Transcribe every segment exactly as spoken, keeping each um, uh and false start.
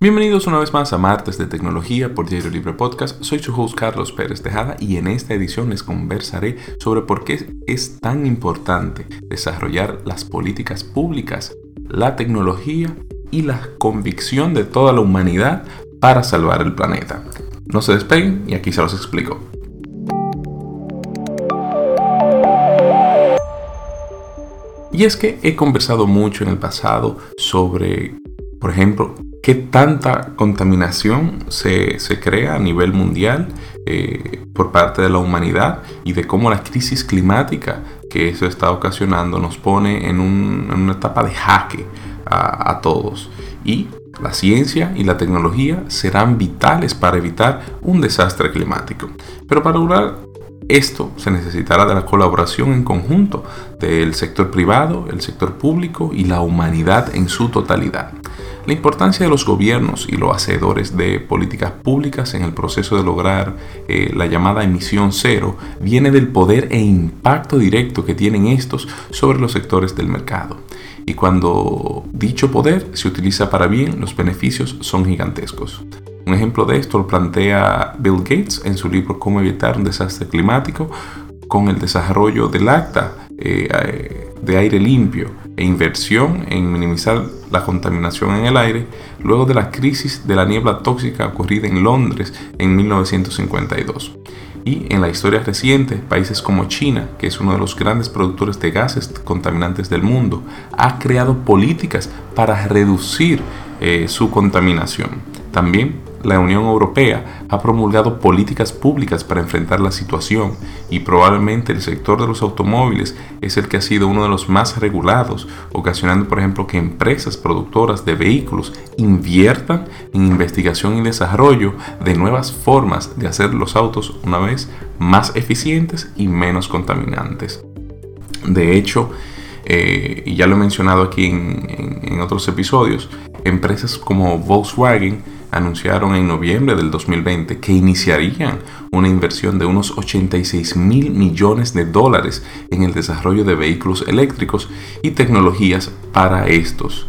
Bienvenidos una vez más a Martes de Tecnología por Diario Libre Podcast. Soy su host Carlos Pérez Tejada y en esta edición les conversaré sobre por qué es tan importante desarrollar las políticas públicas, la tecnología y la convicción de toda la humanidad para salvar el planeta. No se despeguen y aquí se los explico. Y es que he conversado mucho en el pasado sobre, por ejemplo, qué tanta contaminación se, se crea a nivel mundial eh, por parte de la humanidad y de cómo la crisis climática que eso está ocasionando nos pone en, un, en una etapa de jaque a, a todos. Y la ciencia y la tecnología serán vitales para evitar un desastre climático. Pero para lograr esto se necesitará de la colaboración en conjunto del sector privado, el sector público y la humanidad en su totalidad. La importancia de los gobiernos y los hacedores de políticas públicas en el proceso de lograr eh, la llamada emisión cero viene del poder e impacto directo que tienen estos sobre los sectores del mercado. Y cuando dicho poder se utiliza para bien, los beneficios son gigantescos. Un ejemplo de esto lo plantea Bill Gates en su libro Cómo evitar un desastre climático, con el desarrollo del acta eh, de aire limpio e inversión en minimizar la contaminación en el aire luego de la crisis de la niebla tóxica ocurrida en Londres en mil novecientos cincuenta y dos. Y en la historia reciente, países como China, que es uno de los grandes productores de gases contaminantes del mundo, ha creado políticas para reducir eh, su contaminación. También la Unión Europea ha promulgado políticas públicas para enfrentar la situación y probablemente el sector de los automóviles es el que ha sido uno de los más regulados, ocasionando por ejemplo que empresas productoras de vehículos inviertan en investigación y desarrollo de nuevas formas de hacer los autos una vez más eficientes y menos contaminantes. De hecho, eh, y ya lo he mencionado aquí en, en, en otros episodios, empresas como Volkswagen anunciaron en noviembre del dos mil veinte que iniciarían una inversión de unos ochenta y seis mil millones de dólares en el desarrollo de vehículos eléctricos y tecnologías para estos.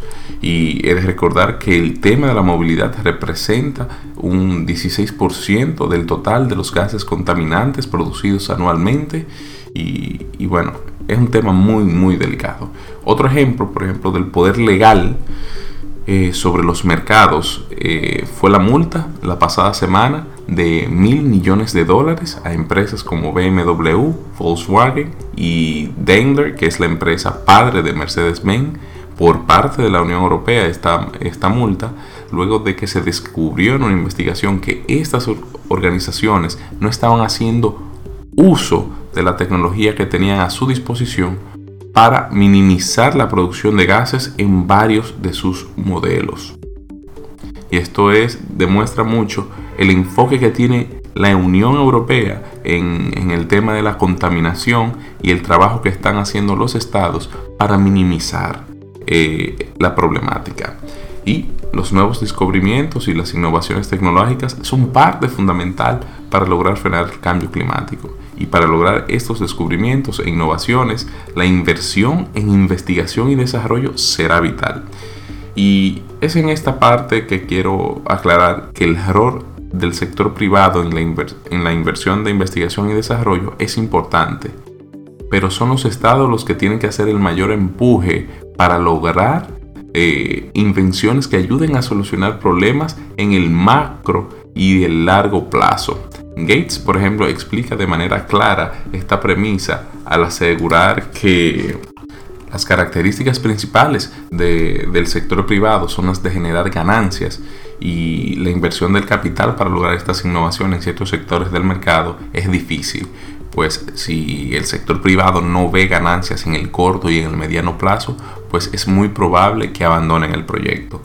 Y he de recordar que el tema de la movilidad representa un dieciséis por ciento del total de los gases contaminantes producidos anualmente y, y bueno, es un tema muy muy delicado. Otro ejemplo, por ejemplo, del poder legal Eh, sobre los mercados eh, fue la multa la pasada semana de mil millones de dólares a empresas como B M W, Volkswagen y Daimler, que es la empresa padre de Mercedes-Benz, por parte de la Unión Europea. Esta, esta multa luego de que se descubrió en una investigación que estas organizaciones no estaban haciendo uso de la tecnología que tenían a su disposición para minimizar la producción de gases en varios de sus modelos. Y esto es, demuestra mucho el enfoque que tiene la Unión Europea en, en el tema de la contaminación y el trabajo que están haciendo los estados para minimizar eh, la problemática. Y los nuevos descubrimientos y las innovaciones tecnológicas son parte fundamental para lograr frenar el cambio climático. Y para lograr estos descubrimientos e innovaciones, la inversión en investigación y desarrollo será vital. Y es en esta parte que quiero aclarar que el rol del sector privado en la, inver- en la inversión de investigación y desarrollo es importante, pero son los estados los que tienen que hacer el mayor empuje para lograr eh, invenciones que ayuden a solucionar problemas en el macro y el largo plazo. Gates, por ejemplo, explica de manera clara esta premisa al asegurar que las características principales de, del sector privado son las de generar ganancias y la inversión del capital para lograr estas innovaciones en ciertos sectores del mercado es difícil, pues si el sector privado no ve ganancias en el corto y en el mediano plazo, pues es muy probable que abandonen el proyecto.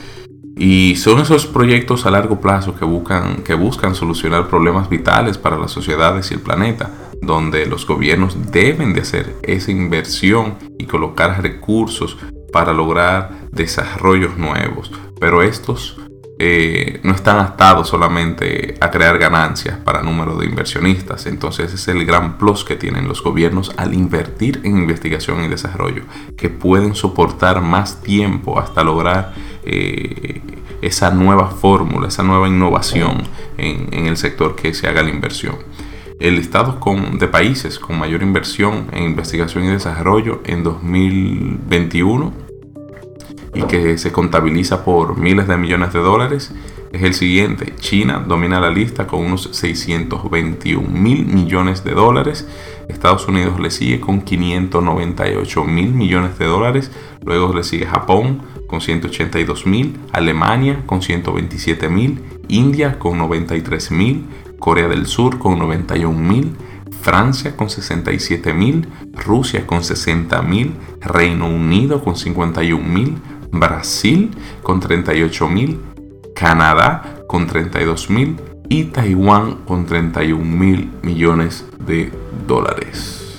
Y son esos proyectos a largo plazo que buscan, que buscan solucionar problemas vitales para las sociedades y el planeta, donde los gobiernos deben de hacer esa inversión y colocar recursos para lograr desarrollos nuevos. Pero estos eh, no están atados solamente a crear ganancias para número de inversionistas. Entonces ese es el gran plus que tienen los gobiernos al invertir en investigación y desarrollo, que pueden soportar más tiempo hasta lograr eh, esa nueva fórmula, esa nueva innovación en, en el sector que se haga la inversión. El listado con, de países con mayor inversión en investigación y desarrollo en dos mil veintiuno y que se contabiliza por miles de millones de dólares es el siguiente. China domina la lista con unos seiscientos veintiún mil millones de dólares. Estados Unidos le sigue con quinientos noventa y ocho mil millones de dólares. Luego le sigue Japón con ciento ochenta y dos mil, Alemania con ciento veintisiete mil, India con noventa y tres mil, Corea del Sur con noventa y un mil, Francia con sesenta y siete mil, Rusia con sesenta mil, Reino Unido con cincuenta y un mil, Brasil con treinta y ocho mil, Canadá con treinta y dos mil y Taiwán con treinta y un mil millones de dólares.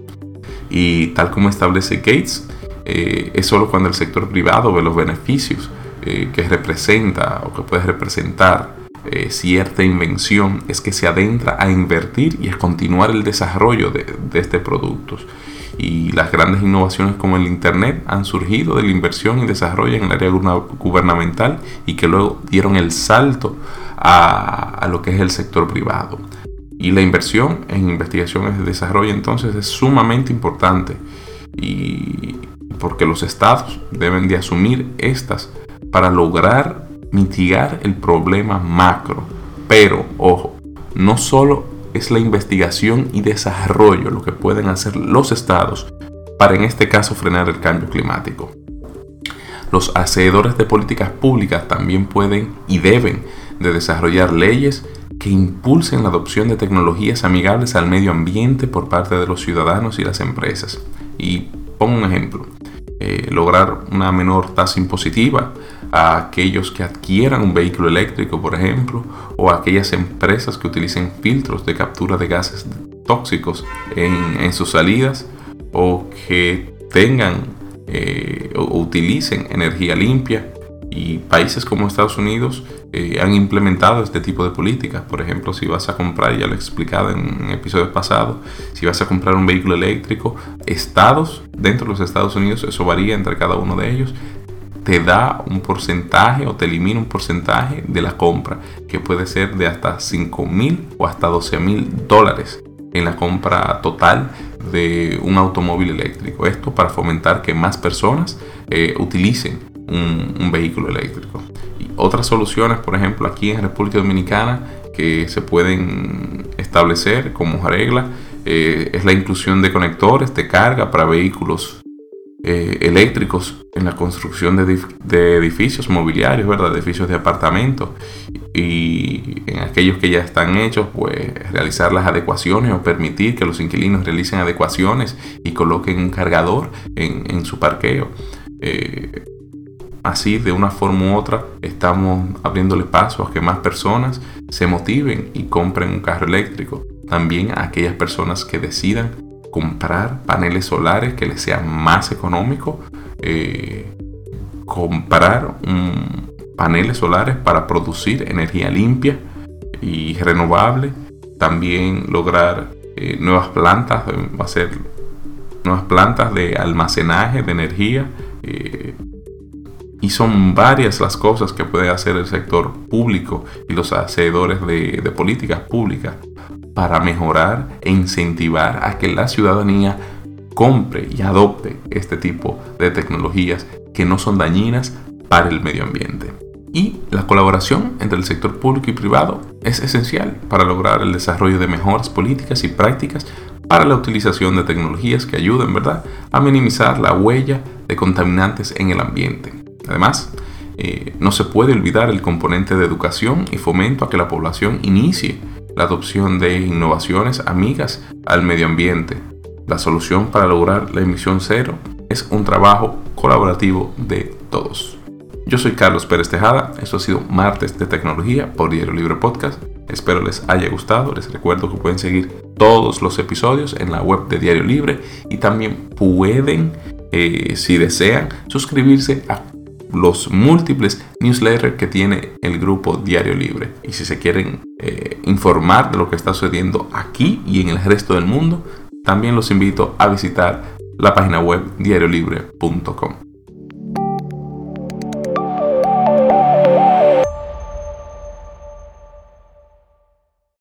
Y tal como establece Gates, eh, es solo cuando el sector privado ve los beneficios eh, que representa o que puede representar eh, cierta invención, es que se adentra a invertir y a continuar el desarrollo de, de este producto. Y las grandes innovaciones como el Internet han surgido de la inversión y desarrollo en el área gubernamental y que luego dieron el salto a, a lo que es el sector privado. Y la inversión en investigación y desarrollo entonces es sumamente importante, y porque los estados deben de asumir estas para lograr mitigar el problema macro. Pero, ojo, no solo es la investigación y desarrollo lo que pueden hacer los estados para, en este caso, frenar el cambio climático. Los hacedores de políticas públicas también pueden y deben de desarrollar leyes que impulsen la adopción de tecnologías amigables al medio ambiente por parte de los ciudadanos y las empresas. Y pongo un ejemplo. Eh, lograr una menor tasa impositiva a aquellos que adquieran un vehículo eléctrico, por ejemplo, o a aquellas empresas que utilicen filtros de captura de gases tóxicos en, en sus salidas, o que tengan eh, o utilicen energía limpia. Y países como Estados Unidos eh, han implementado este tipo de políticas. Por ejemplo, si vas a comprar, ya lo he explicado en episodios pasados, si vas a comprar un vehículo eléctrico, estados, dentro de los Estados Unidos, eso varía entre cada uno de ellos, te da un porcentaje o te elimina un porcentaje de la compra, que puede ser de hasta cinco mil o hasta doce mil dólares en la compra total de un automóvil eléctrico. Esto para fomentar que más personas eh, utilicen Un, un vehículo eléctrico. Y otras soluciones, por ejemplo, aquí en República Dominicana, que se pueden establecer como regla, eh, es la inclusión de conectores de carga para vehículos eh, eléctricos en la construcción de, edif- de edificios mobiliarios, ¿verdad? De edificios de apartamentos, y en aquellos que ya están hechos, pues realizar las adecuaciones o permitir que los inquilinos realicen adecuaciones y coloquen un cargador en, en su parqueo. Eh, Así, de una forma u otra, estamos abriéndole paso a que más personas se motiven y compren un carro eléctrico. También a aquellas personas que decidan comprar paneles solares que les sea más económico, eh, comprar um, paneles solares para producir energía limpia y renovable. También lograr eh, nuevas plantas, va a ser nuevas plantas de almacenaje de energía. Eh, Y son varias las cosas que puede hacer el sector público y los hacedores de, de políticas públicas para mejorar e incentivar a que la ciudadanía compre y adopte este tipo de tecnologías que no son dañinas para el medio ambiente. Y la colaboración entre el sector público y privado es esencial para lograr el desarrollo de mejores políticas y prácticas para la utilización de tecnologías que ayuden, ¿verdad?, a minimizar la huella de contaminantes en el ambiente. Además, eh, no se puede olvidar el componente de educación y fomento a que la población inicie la adopción de innovaciones amigas al medio ambiente. La solución para lograr la emisión cero es un trabajo colaborativo de todos. Yo soy Carlos Pérez Tejada, esto ha sido Martes de Tecnología por Diario Libre Podcast. Espero les haya gustado. Les recuerdo que pueden seguir todos los episodios en la web de Diario Libre y también pueden, eh, si desean, suscribirse a los múltiples newsletters que tiene el grupo Diario Libre. Y si se quieren eh, informar de lo que está sucediendo aquí y en el resto del mundo, también los invito a visitar la página web diario libre punto com.